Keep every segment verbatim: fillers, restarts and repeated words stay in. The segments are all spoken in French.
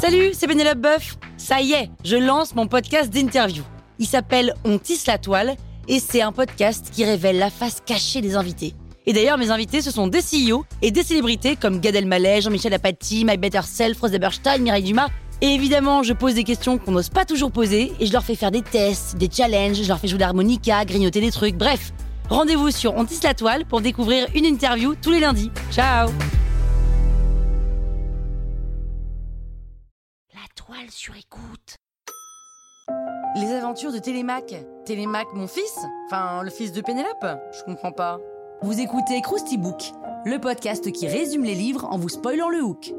Salut, c'est Pénélope Boeuf. Ça y est, je lance mon podcast d'interview. Il s'appelle On tisse la toile et c'est un podcast qui révèle la face cachée des invités. Et d'ailleurs, mes invités, ce sont des C E O et des célébrités comme Gad Elmaleh, Jean-Michel Apathy, My Better Self, Rose Eberstein, Mireille Dumas. Et évidemment, je pose des questions qu'on n'ose pas toujours poser et je leur fais faire des tests, des challenges, je leur fais jouer de l'harmonica, grignoter des trucs, bref. Rendez-vous sur On tisse la toile pour découvrir une interview tous les lundis. Ciao! La toile sur écoute. Les aventures de Télémaque. Télémaque, mon fils? Enfin, le fils de Pénélope? Je comprends pas. Vous écoutez Krusty Book, le podcast qui résume les livres en vous spoilant le hook.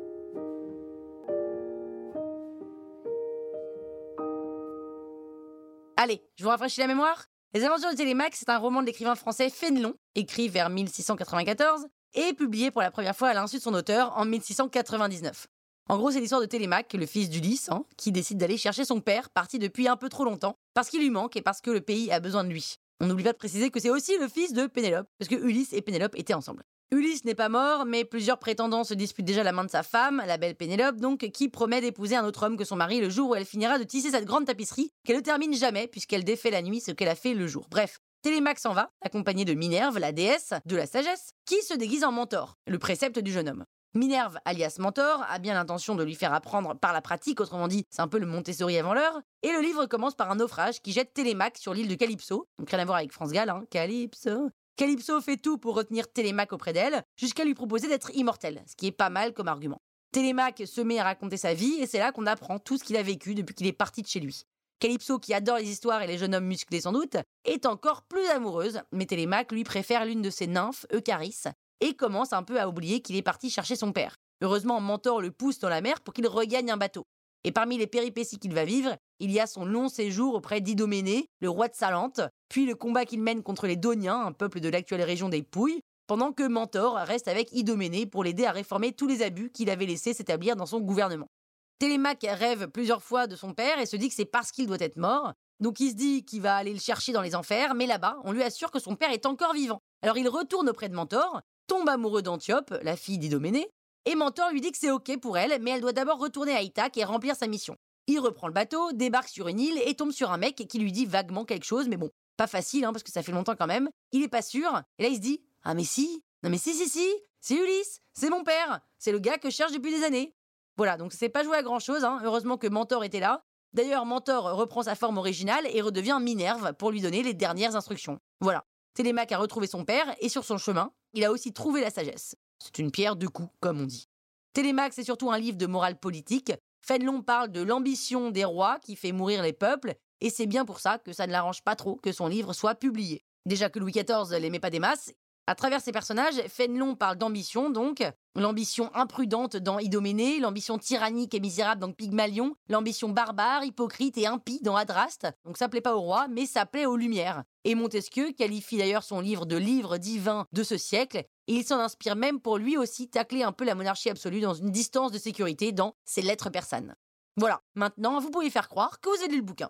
Allez, je vous rafraîchis la mémoire. Les aventures de Télémaque, c'est un roman de l'écrivain français Fénelon, écrit vers mille six cent quatre-vingt-quatorze et publié pour la première fois à l'insu de son auteur en mille six cent quatre-vingt-dix-neuf. En gros, c'est l'histoire de Télémaque, le fils d'Ulysse, hein, qui décide d'aller chercher son père, parti depuis un peu trop longtemps, parce qu'il lui manque et parce que le pays a besoin de lui. On n'oublie pas de préciser que c'est aussi le fils de Pénélope, parce que Ulysse et Pénélope étaient ensemble. Ulysse n'est pas mort, mais plusieurs prétendants se disputent déjà la main de sa femme, la belle Pénélope, donc, qui promet d'épouser un autre homme que son mari le jour où elle finira de tisser cette grande tapisserie, qu'elle ne termine jamais, puisqu'elle défait la nuit ce qu'elle a fait le jour. Bref. Télémaque s'en va, accompagné de Minerve, la déesse de la sagesse, qui se déguise en mentor, le précepte du jeune homme. Minerve, alias Mentor, a bien l'intention de lui faire apprendre par la pratique, autrement dit, c'est un peu le Montessori avant l'heure, et le livre commence par un naufrage qui jette Télémaque sur l'île de Calypso, donc rien à voir avec France Gall, hein, Calypso. Calypso fait tout pour retenir Télémaque auprès d'elle, jusqu'à lui proposer d'être immortel, ce qui est pas mal comme argument. Télémaque se met à raconter sa vie, et c'est là qu'on apprend tout ce qu'il a vécu depuis qu'il est parti de chez lui. Calypso, qui adore les histoires et les jeunes hommes musclés sans doute, est encore plus amoureuse, mais Télémaque lui préfère l'une de ses nymphes, Eucharis, et commence un peu à oublier qu'il est parti chercher son père. Heureusement, Mentor le pousse dans la mer pour qu'il regagne un bateau. Et parmi les péripéties qu'il va vivre, il y a son long séjour auprès d'Idoménée, le roi de Salente, puis le combat qu'il mène contre les Dauniens, un peuple de l'actuelle région des Pouilles, pendant que Mentor reste avec Idoménée pour l'aider à réformer tous les abus qu'il avait laissé s'établir dans son gouvernement. Télémaque rêve plusieurs fois de son père et se dit que c'est parce qu'il doit être mort. Donc il se dit qu'il va aller le chercher dans les enfers, mais là-bas, on lui assure que son père est encore vivant. Alors il retourne auprès de Mentor, tombe amoureux d'Antiope, la fille d'Idoménée, et Mentor lui dit que c'est ok pour elle, mais elle doit d'abord retourner à Ithaque et remplir sa mission. Il reprend le bateau, débarque sur une île et tombe sur un mec qui lui dit vaguement quelque chose, mais bon, pas facile, hein, parce que ça fait longtemps quand même. Il est pas sûr, et là il se dit « Ah mais si, non mais si si si, c'est Ulysse, c'est mon père, c'est le gars que je cherche depuis des années. » Voilà, donc c'est pas joué à grand chose, hein. Heureusement que Mentor était là. D'ailleurs, Mentor reprend sa forme originale et redevient Minerve pour lui donner les dernières instructions. Voilà. Télémaque a retrouvé son père et sur son chemin, il a aussi trouvé la sagesse. C'est une pierre deux coups, comme on dit. Télémaque, c'est surtout un livre de morale politique. Fénelon parle de l'ambition des rois qui fait mourir les peuples, et c'est bien pour ça que ça ne l'arrange pas trop que son livre soit publié. Déjà que Louis quatorze l'aimait pas des masses. À travers ses personnages, Fénelon parle d'ambition, donc l'ambition imprudente dans Idoménée, l'ambition tyrannique et misérable dans Pygmalion, l'ambition barbare, hypocrite et impie dans Adraste. Donc ça plaît pas au roi, mais ça plaît aux Lumières. Et Montesquieu qualifie d'ailleurs son livre de livre divin de ce siècle, et il s'en inspire même pour lui aussi tacler un peu la monarchie absolue dans une distance de sécurité dans ses lettres persanes. Voilà, maintenant vous pouvez faire croire que vous avez lu le bouquin.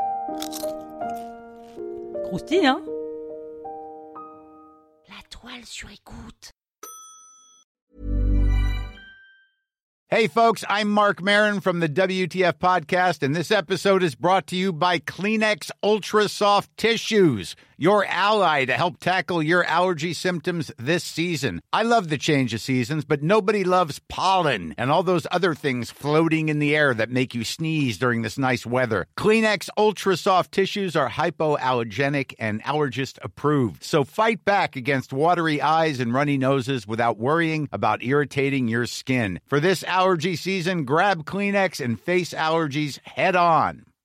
Croustille, hein? La toile sur écoute. Hey, folks, I'm Mark Maron from the W T F Podcast, and this episode is brought to you by Kleenex Ultra Soft Tissues, your ally to help tackle your allergy symptoms this season. I love the change of seasons, but nobody loves pollen and all those other things floating in the air that make you sneeze during this nice weather. Kleenex Ultra Soft Tissues are hypoallergenic and allergist approved, so fight back against watery eyes and runny noses without worrying about irritating your skin. For this allergy season, grab Kleenex and face allergies head on.